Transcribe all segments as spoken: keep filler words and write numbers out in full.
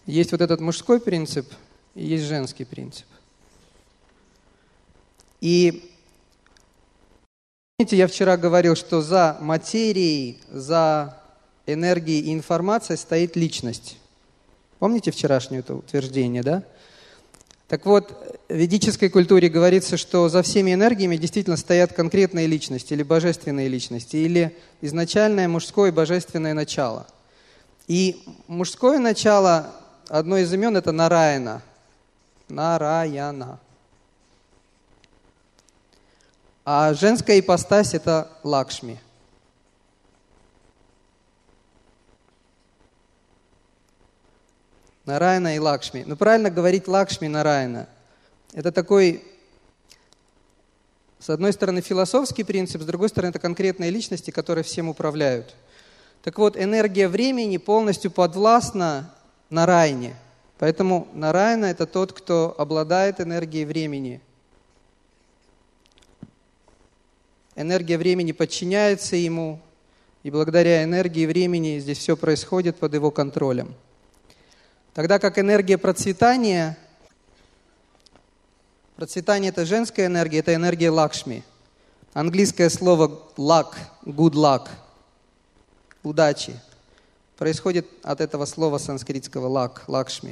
Есть вот этот мужской принцип и есть женский принцип. И помните, я вчера говорил, что за материей, за энергией и информацией стоит личность. Помните вчерашнее это утверждение, да? Так вот, в ведической культуре говорится, что за всеми энергиями действительно стоят конкретные личности или божественные личности, или изначальное мужское божественное начало. И мужское начало, одно из имен, это Нараяна. Нараяна. А женская ипостась – это Лакшми. Нараяна и Лакшми. Но правильно говорить Лакшми, Нараяна. Это такой, с одной стороны, философский принцип, с другой стороны, это конкретные личности, которые всем управляют. Так вот, энергия времени полностью подвластна Нараяне. Поэтому Нараяна – это тот, кто обладает энергией времени. Энергия времени подчиняется ему, и благодаря энергии времени здесь все происходит под его контролем. Тогда как энергия процветания, процветание – это женская энергия, это энергия Лакшми. Английское слово luck, good luck, удачи, происходит от этого слова санскритского luck, Лакшми.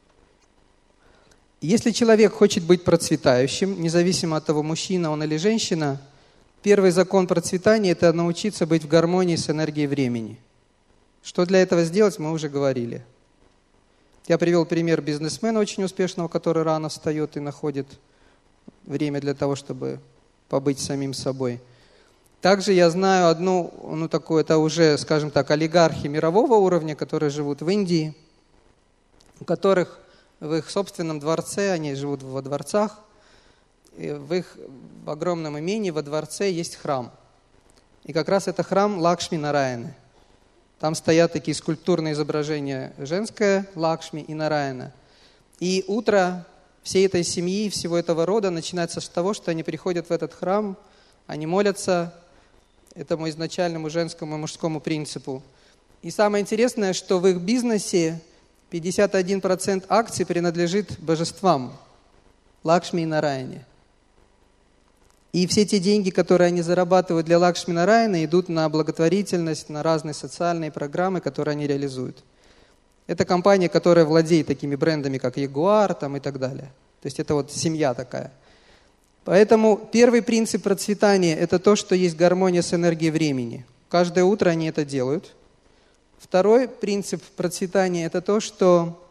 Если человек хочет быть процветающим, независимо от того, мужчина он или женщина, первый закон процветания – это научиться быть в гармонии с энергией времени. Что для этого сделать, мы уже говорили. Я привел пример бизнесмена очень успешного, который рано встает и находит время для того, чтобы побыть самим собой. Также я знаю одну, ну такую, это уже, скажем так, олигархи мирового уровня, которые живут в Индии, у которых в их собственном дворце, они живут во дворцах, и в их в огромном имении во дворце есть храм. И как раз это храм Лакшми Нараяны. Там стоят такие скульптурные изображения женское, Лакшми и Нараяна. И утро всей этой семьи, всего этого рода начинается с того, что они приходят в этот храм, они молятся этому изначальному женскому и мужскому принципу. И самое интересное, что в их бизнесе пятьдесят один процент акций принадлежит божествам Лакшми и Нараяне. И все те деньги, которые они зарабатывают для Лакшми Нараяны, идут на благотворительность, на разные социальные программы, которые они реализуют. Это компания, которая владеет такими брендами, как Ягуар там, и так далее. То есть это вот семья такая. Поэтому первый принцип процветания – это то, что есть гармония с энергией времени. Каждое утро они это делают. Второй принцип процветания – это то, что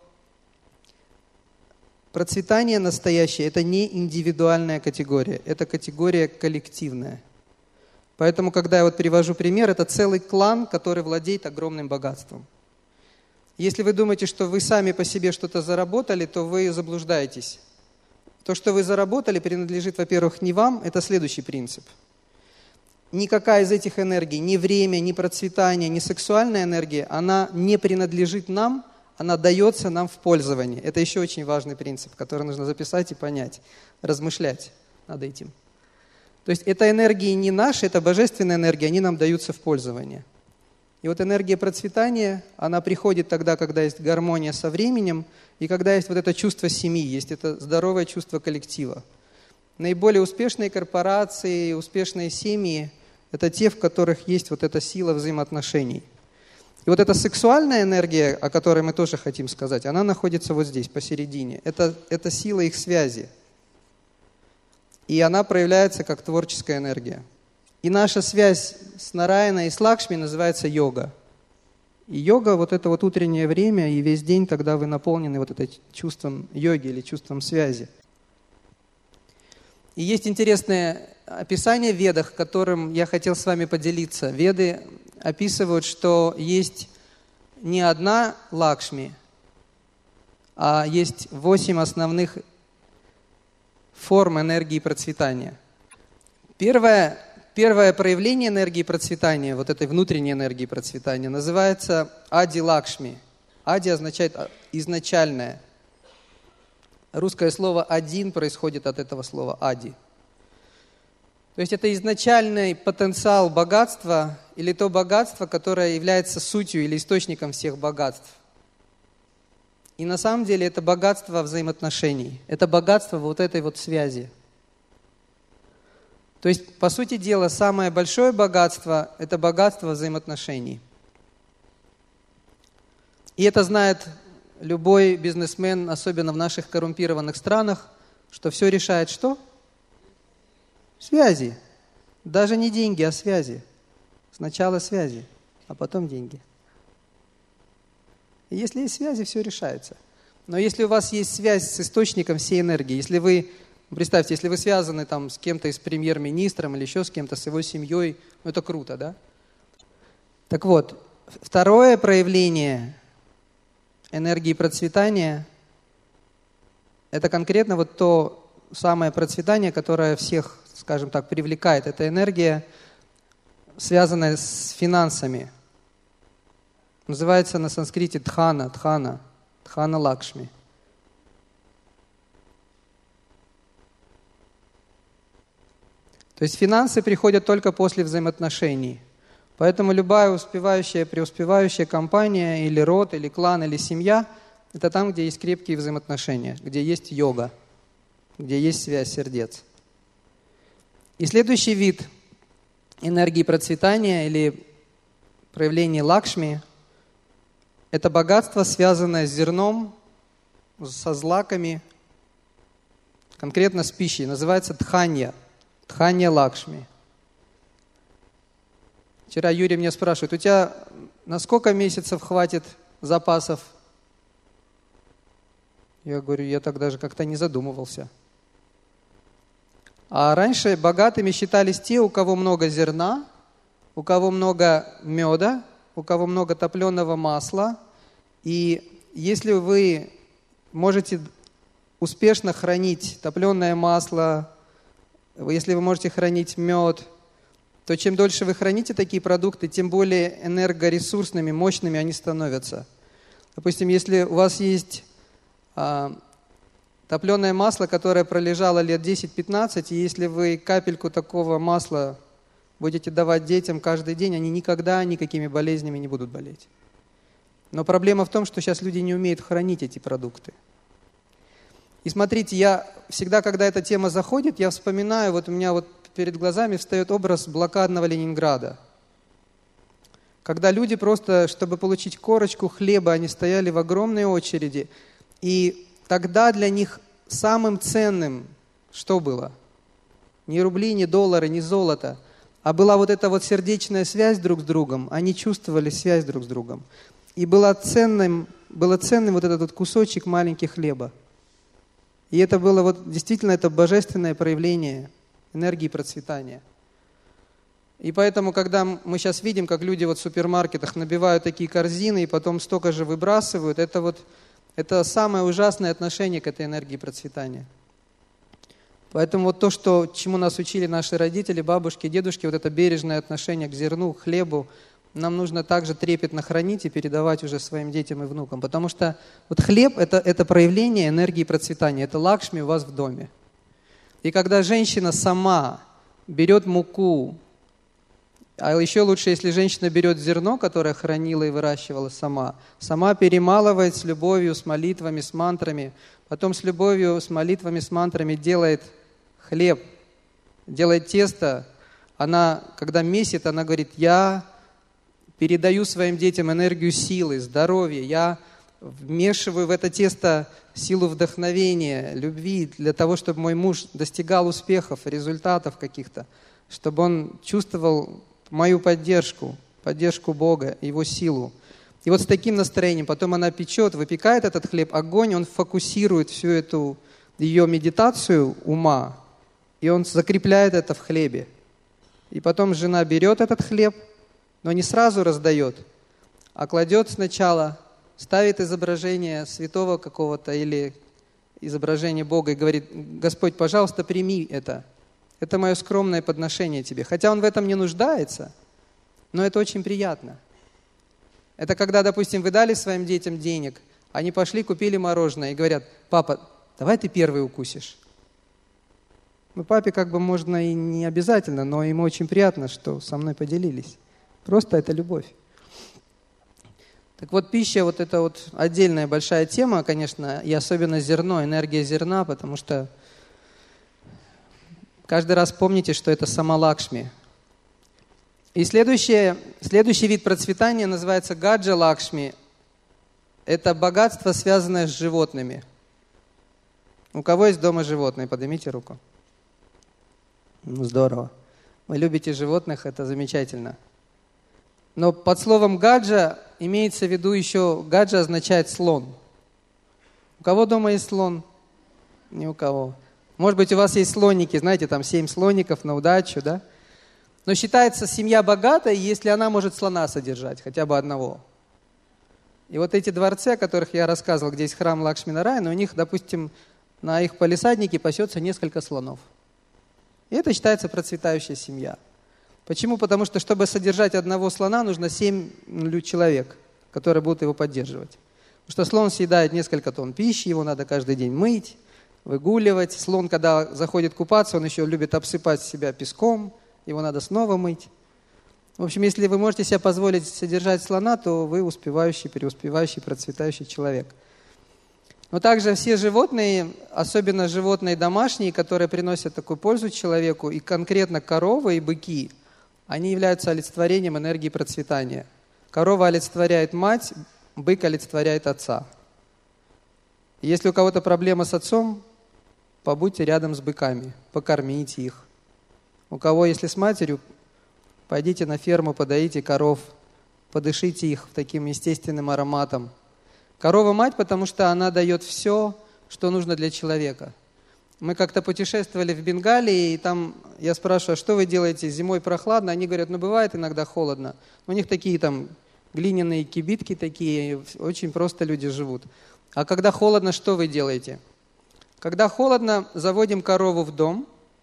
процветание настоящее – это не индивидуальная категория, это категория коллективная. Поэтому, когда я вот привожу пример, это целый клан, который владеет огромным богатством. Если вы думаете, что вы сами по себе что-то заработали, то вы заблуждаетесь. То, что вы заработали, принадлежит, во-первых, не вам, это следующий принцип. Никакая из этих энергий, ни время, ни процветание, ни сексуальная энергия, она не принадлежит нам, она дается нам в пользование. Это еще очень важный принцип, который нужно записать и понять, размышлять над этим. То есть это энергии не наши, это божественная энергия, они нам даются в пользование. И вот энергия процветания, она приходит тогда, когда есть гармония со временем, и когда есть вот это чувство семьи, есть это здоровое чувство коллектива. Наиболее успешные корпорации, успешные семьи – это те, в которых есть вот эта сила взаимоотношений. И вот эта сексуальная энергия, о которой мы тоже хотим сказать, она находится вот здесь, посередине. Это, это сила их связи. И она проявляется как творческая энергия. И наша связь с Нараяной и с Лакшми называется йога. И йога, вот это вот утреннее время и весь день, когда вы наполнены вот этим чувством йоги или чувством связи. И есть интересное описание в Ведах, которым я хотел с вами поделиться. Веды описывают, что есть не одна Лакшми, а есть восемь основных форм энергии процветания. Первое, первое проявление энергии процветания, вот этой внутренней энергии процветания, называется Ади Лакшми. Ади означает изначальное. Русское слово «один» происходит от этого слова «ади». То есть это изначальный потенциал богатства или то богатство, которое является сутью или источником всех богатств. И на самом деле это богатство взаимоотношений. Это богатство вот этой вот связи. То есть, по сути дела, самое большое богатство – это богатство взаимоотношений. И это знает любой бизнесмен, особенно в наших коррумпированных странах, что все решает что? Связи. Даже не деньги, а связи. Сначала связи, а потом деньги. И если есть связи, все решается. Но если у вас есть связь с источником всей энергии, если вы, представьте, если вы связаны там с кем-то из премьер-министром или еще с кем-то, с его семьей, ну это круто, да? Так вот, второе проявление энергии процветания – это конкретно вот то самое процветание, которое всех, скажем так, привлекает. Это энергия, связанная с финансами. Называется на санскрите дхана, дхана, дхана лакшми. То есть финансы приходят только после взаимоотношений. Поэтому любая успевающая, преуспевающая компания или род, или клан, или семья – это там, где есть крепкие взаимоотношения, где есть йога, где есть связь сердец. И следующий вид энергии процветания или проявления лакшми – это богатство, связанное с зерном, со злаками, конкретно с пищей. Называется дханья, дханья лакшми. Вчера Юрий меня спрашивает, у тебя на сколько месяцев хватит запасов? Я говорю, я так даже как-то не задумывался. А раньше богатыми считались те, у кого много зерна, у кого много меда, у кого много топленого масла. И если вы можете успешно хранить топленое масло, если вы можете хранить мед, то чем дольше вы храните такие продукты, тем более энергоресурсными, мощными они становятся. Допустим, если у вас есть а, топленое масло, которое пролежало лет десять-пятнадцать, и если вы капельку такого масла будете давать детям каждый день, они никогда никакими болезнями не будут болеть. Но проблема в том, что сейчас люди не умеют хранить эти продукты. И смотрите, я всегда, когда эта тема заходит, я вспоминаю, вот у меня вот перед глазами встает образ блокадного Ленинграда. Когда люди просто, чтобы получить корочку хлеба, они стояли в огромной очереди. И тогда для них самым ценным что было? Ни рубли, ни доллары, ни золото. А была вот эта вот сердечная связь друг с другом, они чувствовали связь друг с другом. И было ценным, было ценным вот этот вот кусочек маленький хлеба. И это было вот действительно это божественное проявление энергии процветания. И поэтому, когда мы сейчас видим, как люди вот в супермаркетах набивают такие корзины и потом столько же выбрасывают, это вот это самое ужасное отношение к этой энергии процветания. Поэтому вот то, что, чему нас учили наши родители, бабушки, дедушки, вот это бережное отношение к зерну, к хлебу, нам нужно также трепетно хранить и передавать уже своим детям и внукам. Потому что вот хлеб это, – это проявление энергии процветания, это лакшми у вас в доме. И когда женщина сама берет муку, а еще лучше, если женщина берет зерно, которое хранила и выращивала сама, сама перемалывает с любовью, с молитвами, с мантрами, потом с любовью, с молитвами, с мантрами делает хлеб, делает тесто, она, когда месит, она говорит, я передаю своим детям энергию силы, здоровья, я вмешиваю в это тесто силу вдохновения, любви, для того, чтобы мой муж достигал успехов, результатов каких-то, чтобы он чувствовал мою поддержку, поддержку Бога, Его силу. И вот с таким настроением потом она печет, выпекает этот хлеб, огонь, он фокусирует всю эту ее медитацию ума, и он закрепляет это в хлебе. И потом жена берет этот хлеб, но не сразу раздает, а кладет сначала, ставит изображение святого какого-то или изображение Бога и говорит, Господь, пожалуйста, прими это. Это мое скромное подношение тебе. Хотя он в этом не нуждается, но это очень приятно. Это когда, допустим, вы дали своим детям денег, они пошли, купили мороженое и говорят, папа, давай ты первый укусишь. Ну, папе как бы можно и не обязательно, но ему очень приятно, что со мной поделились. Просто это любовь. Так вот, пища, вот это вот отдельная большая тема, конечно, и особенно зерно, энергия зерна, потому что каждый раз помните, что это сама Лакшми. И следующее, следующий вид процветания называется гаджа Лакшми. Это богатство, связанное с животными. У кого есть дома животные? Поднимите руку. Ну, здорово. Вы любите животных, это замечательно. Но под словом гаджа имеется в виду еще, гаджа означает слон. У кого дома есть слон? Ни у кого. Может быть, у вас есть слоники, знаете, там семь слоников на удачу, да? Но считается семья богатой, если она может слона содержать, хотя бы одного. И вот эти дворцы, о которых я рассказывал, где есть храм Лакшми-Нараяна, у них, допустим, на их палисаднике пасется несколько слонов. И это считается процветающая семья. Почему? Потому что, чтобы содержать одного слона, нужно семь человек, которые будут его поддерживать. Потому что слон съедает несколько тонн пищи, его надо каждый день мыть, выгуливать. Слон, когда заходит купаться, он еще любит обсыпать себя песком, его надо снова мыть. В общем, если вы можете себе позволить содержать слона, то вы успевающий, преуспевающий, процветающий человек. Но также все животные, особенно животные домашние, которые приносят такую пользу человеку, и конкретно коровы и быки, они являются олицетворением энергии процветания. Корова олицетворяет мать, бык олицетворяет отца. Если у кого-то проблема с отцом, побудьте рядом с быками, покормите их. У кого, если с матерью, пойдите на ферму, подоите коров, подышите их таким естественным ароматом. Корова мать, потому что она дает все, что нужно для человека. Мы как-то путешествовали в Бенгалии, и там я спрашиваю, а что вы делаете, зимой прохладно? Они говорят, ну бывает иногда холодно. У них такие там глиняные кибитки такие, очень просто люди живут. А когда холодно, что вы делаете? Когда холодно, заводим корову в дом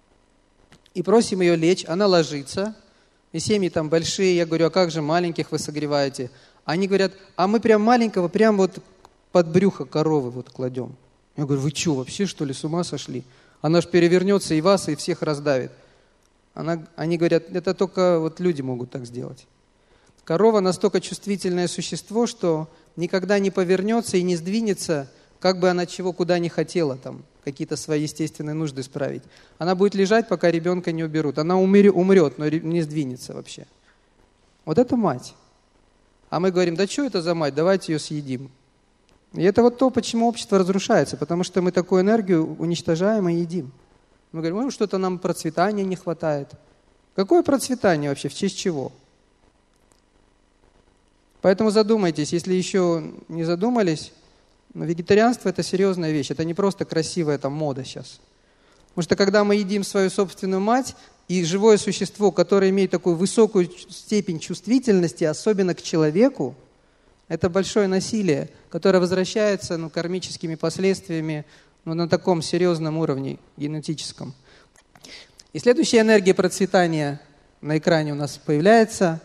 и просим ее лечь, она ложится. И семьи там большие, я говорю, а как же маленьких вы согреваете? Они говорят, а мы прям маленького, прям вот под брюхо коровы вот кладем. Я говорю, вы что, вообще что ли, с ума сошли? Она ж перевернется и вас, и всех раздавит. Она, они говорят, это только вот люди могут так сделать. Корова настолько чувствительное существо, что никогда не повернется и не сдвинется, как бы она чего куда не хотела, там, какие-то свои естественные нужды справить. Она будет лежать, пока ребенка не уберут. Она умрет, но не сдвинется вообще. Вот это мать. А мы говорим, да что это за мать, давайте ее съедим. И это вот то, почему общество разрушается, потому что мы такую энергию уничтожаем и едим. Мы говорим, ну что-то нам процветания не хватает. Какое процветание вообще, в честь чего? Поэтому задумайтесь, если еще не задумались, но вегетарианство – это серьезная вещь, это не просто красивая там мода сейчас. Потому что когда мы едим свою собственную мать, и живое существо, которое имеет такую высокую степень чувствительности, особенно к человеку, это большое насилие, которое возвращается ну, кармическими последствиями ну, на таком серьезном уровне генетическом. И следующая энергия процветания на экране у нас появляется.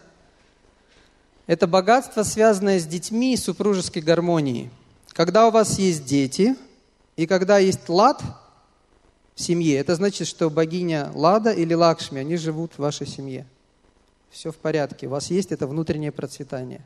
Это богатство, связанное с детьми и супружеской гармонией. Когда у вас есть дети, и когда есть лад в семье, это значит, что богиня Лада или Лакшми, они живут в вашей семье. Все в порядке, у вас есть это внутреннее процветание.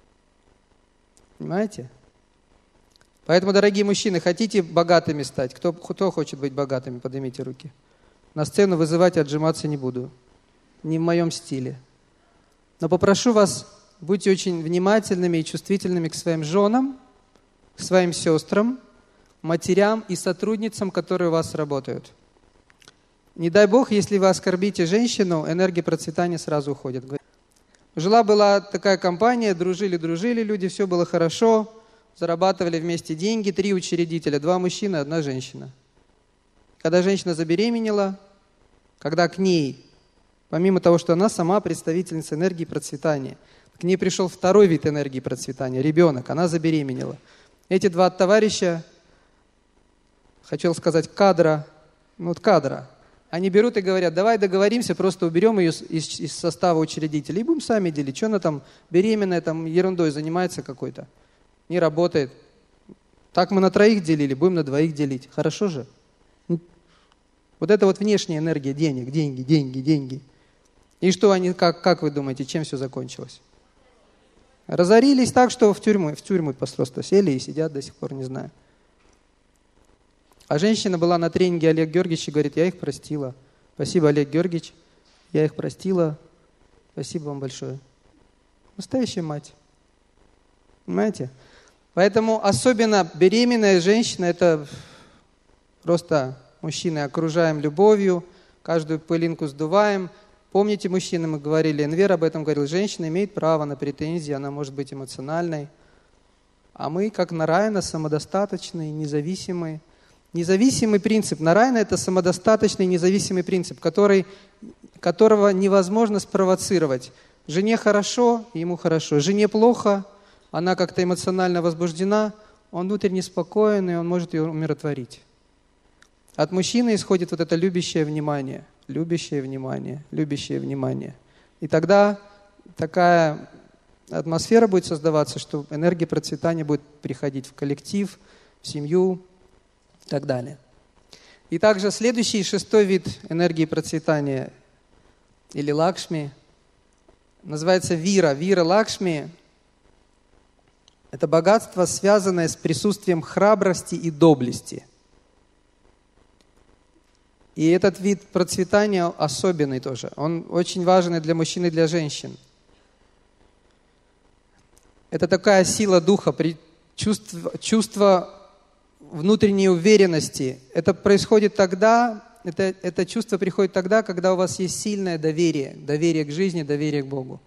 Понимаете? Поэтому, дорогие мужчины, хотите богатыми стать? Кто, кто хочет быть богатыми? Поднимите руки. На сцену вызывать и отжиматься не буду. Не в моем стиле. Но попрошу вас, будьте очень внимательными и чувствительными к своим женам, к своим сестрам, матерям и сотрудницам, которые у вас работают. Не дай Бог, если вы оскорбите женщину, энергия процветания сразу уходит. Жила-была такая компания, дружили-дружили люди, все было хорошо, зарабатывали вместе деньги, три учредителя, два мужчины, одна женщина. Когда женщина забеременела, когда к ней, помимо того, что она сама представительница энергии процветания, к ней пришел второй вид энергии процветания, ребенок, она забеременела. Эти два товарища, хотел сказать кадра, ну вот кадра, они берут и говорят, давай договоримся, просто уберем ее из, из состава учредителей и будем сами делить. Что она там беременная, там ерундой занимается какой-то, не работает. Так мы на троих делили, будем на двоих делить. Хорошо же? Вот это вот внешняя энергия денег, деньги, деньги, деньги. И что они, как, как вы думаете, чем все закончилось? Разорились так, что в тюрьму, в тюрьму просто сели и сидят до сих пор, не знаю. А женщина была на тренинге Олега Георгиевича и говорит, я их простила. Спасибо, Олег Георгиевич, я их простила. Спасибо вам большое. Настоящая мать. Понимаете? Поэтому особенно беременная женщина, это просто мужчины окружаем любовью, каждую пылинку сдуваем. Помните, мужчины, мы говорили, Энвер об этом говорил, женщина имеет право на претензии, она может быть эмоциональной. А мы, как Нараяна, самодостаточные, независимые. Независимый принцип. Нараяна – это самодостаточный, независимый принцип, который, которого невозможно спровоцировать. Жене хорошо, ему хорошо. Жене плохо, она как-то эмоционально возбуждена, он внутренне спокоен, и он может ее умиротворить. От мужчины исходит вот это любящее внимание, любящее внимание, любящее внимание. И тогда такая атмосфера будет создаваться, что энергия процветания будет приходить в коллектив, в семью и так далее. И также следующий, шестой вид энергии процветания или лакшми называется вира. Вира лакшми – это богатство, связанное с присутствием храбрости и доблести. И этот вид процветания особенный тоже. Он очень важен и для мужчин, и для женщин. Это такая сила духа, чувство, чувство внутренней уверенности. Это происходит тогда, это, это чувство приходит тогда, когда у вас есть сильное доверие. Доверие к жизни, доверие к Богу.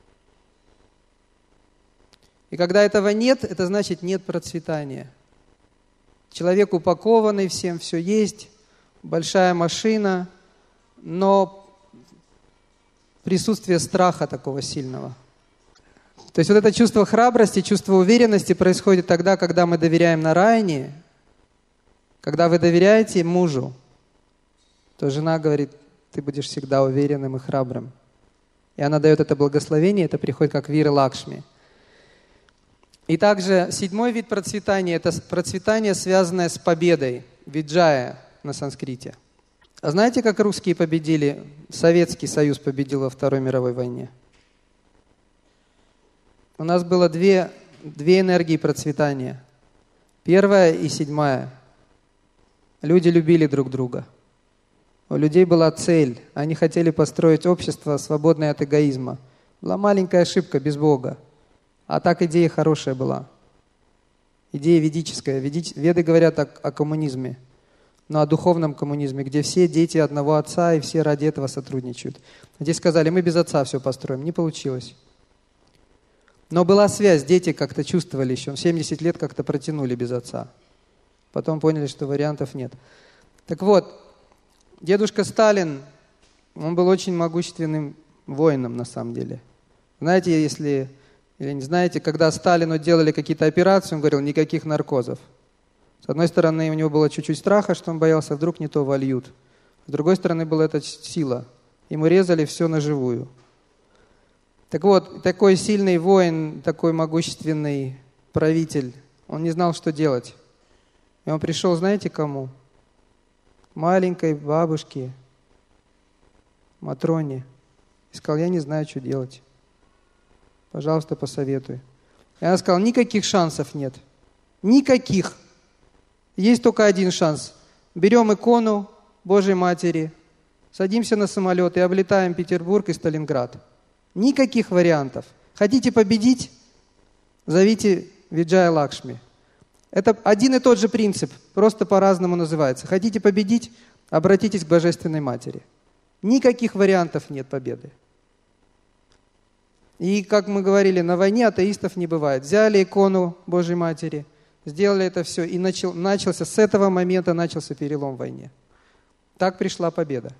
И когда этого нет, это значит нет процветания. Человек упакованный всем, все есть, большая машина, но присутствие страха такого сильного. То есть вот это чувство храбрости, чувство уверенности происходит тогда, когда мы доверяем Нараяне, когда вы доверяете мужу, то жена говорит, ты будешь всегда уверенным и храбрым. И она дает это благословение, это приходит как вира лакшми. И также седьмой вид процветания – это процветание, связанное с победой, виджая на санскрите. А знаете, как русские победили? Советский Союз победил во Второй мировой войне. У нас было две, две энергии процветания. Первая и седьмая. Люди любили друг друга. У людей была цель. Они хотели построить общество, свободное от эгоизма. Была маленькая ошибка без Бога. А так идея хорошая была. Идея ведическая. Веды говорят о, о коммунизме, но о духовном коммунизме, где все дети одного отца и все ради этого сотрудничают. Здесь сказали, мы без отца все построим. Не получилось. Но была связь, дети как-то чувствовали еще. семьдесят лет как-то протянули без отца. Потом поняли, что вариантов нет. Так вот, дедушка Сталин, он был очень могущественным воином на самом деле. Знаете, если... Или не знаете, когда Сталину делали какие-то операции, он говорил, никаких наркозов. С одной стороны, у него было чуть-чуть страха, что он боялся, вдруг не то вольют. С другой стороны, была эта сила. Ему резали все на живую. Так вот, такой сильный воин, такой могущественный правитель, он не знал, что делать. И он пришел, знаете, к кому? Маленькой бабушке, Матроне. И сказал, я не знаю, что делать. Пожалуйста, посоветуй. И она сказала, никаких шансов нет. Никаких. Есть только один шанс. Берем икону Божьей Матери, садимся на самолет и облетаем Петербург и Сталинград. Никаких вариантов. Хотите победить? Зовите Виджая Лакшми. Это один и тот же принцип, просто по-разному называется. Хотите победить? Обратитесь к Божественной Матери. Никаких вариантов нет победы. И, как мы говорили, на войне атеистов не бывает. Взяли икону Божьей Матери, сделали это все, и начал, начался, с этого момента начался перелом в войне. Так пришла победа.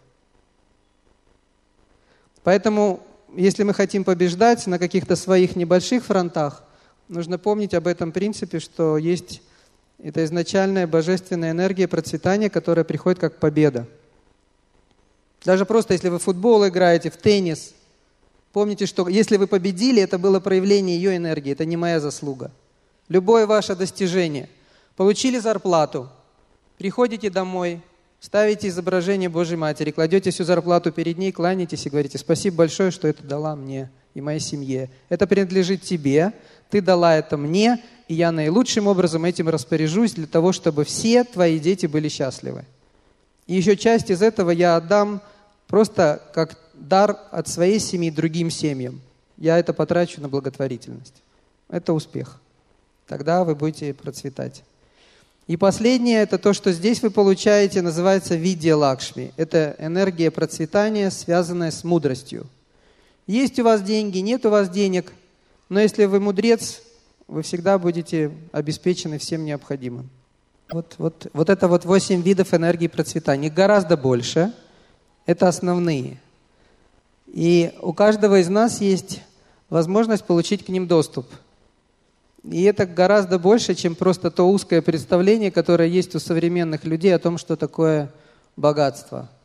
Поэтому, если мы хотим побеждать на каких-то своих небольших фронтах, нужно помнить об этом принципе, что есть это изначальная божественная энергия процветания, которая приходит как победа. Даже просто, если вы в футбол играете, в теннис, помните, что если вы победили, это было проявление ее энергии, это не моя заслуга. Любое ваше достижение. Получили зарплату, приходите домой, ставите изображение Божьей Матери, кладете всю зарплату перед ней, кланяетесь и говорите: спасибо большое, что это дала мне и моей семье. Это принадлежит тебе, ты дала это мне, и я наилучшим образом этим распоряжусь для того, чтобы все твои дети были счастливы. И еще часть из этого я отдам просто как дар от своей семьи другим семьям. Я это потрачу на благотворительность. Это успех. Тогда вы будете процветать. И последнее, это то, что здесь вы получаете, называется видья Лакшми. Это энергия процветания, связанная с мудростью. Есть у вас деньги, нет у вас денег, но если вы мудрец, вы всегда будете обеспечены всем необходимым. Вот, вот, вот это вот восемь видов энергии процветания. Их гораздо больше. Это основные. И у каждого из нас есть возможность получить к ним доступ. И это гораздо больше, чем просто то узкое представление, которое есть у современных людей о том, что такое богатство.